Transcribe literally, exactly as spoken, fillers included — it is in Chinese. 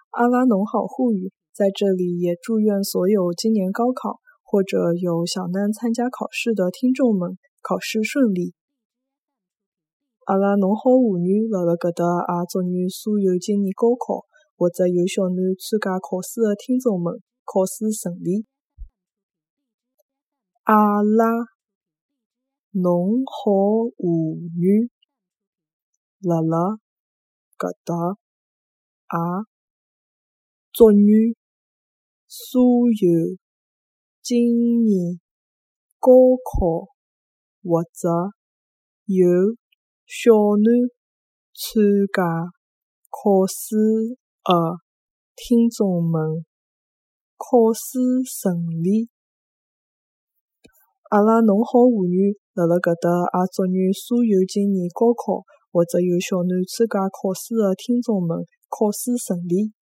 阿拉农好沪语在这里也祝愿所有今年高考或者有小难参加考试的听众们考试顺利。阿拉农好沪语辣辣搿搭也祝愿所有今年高考或者有小难参加考试的听众们考试顺利。阿拉农好沪语辣辣搿搭也祝愿所有今年高考或者有小难参加考试的听众们考试顺利。阿拉农好沪语辣辣搿搭也祝愿所有今年高考或者有小难参加考试的听众们考试顺利。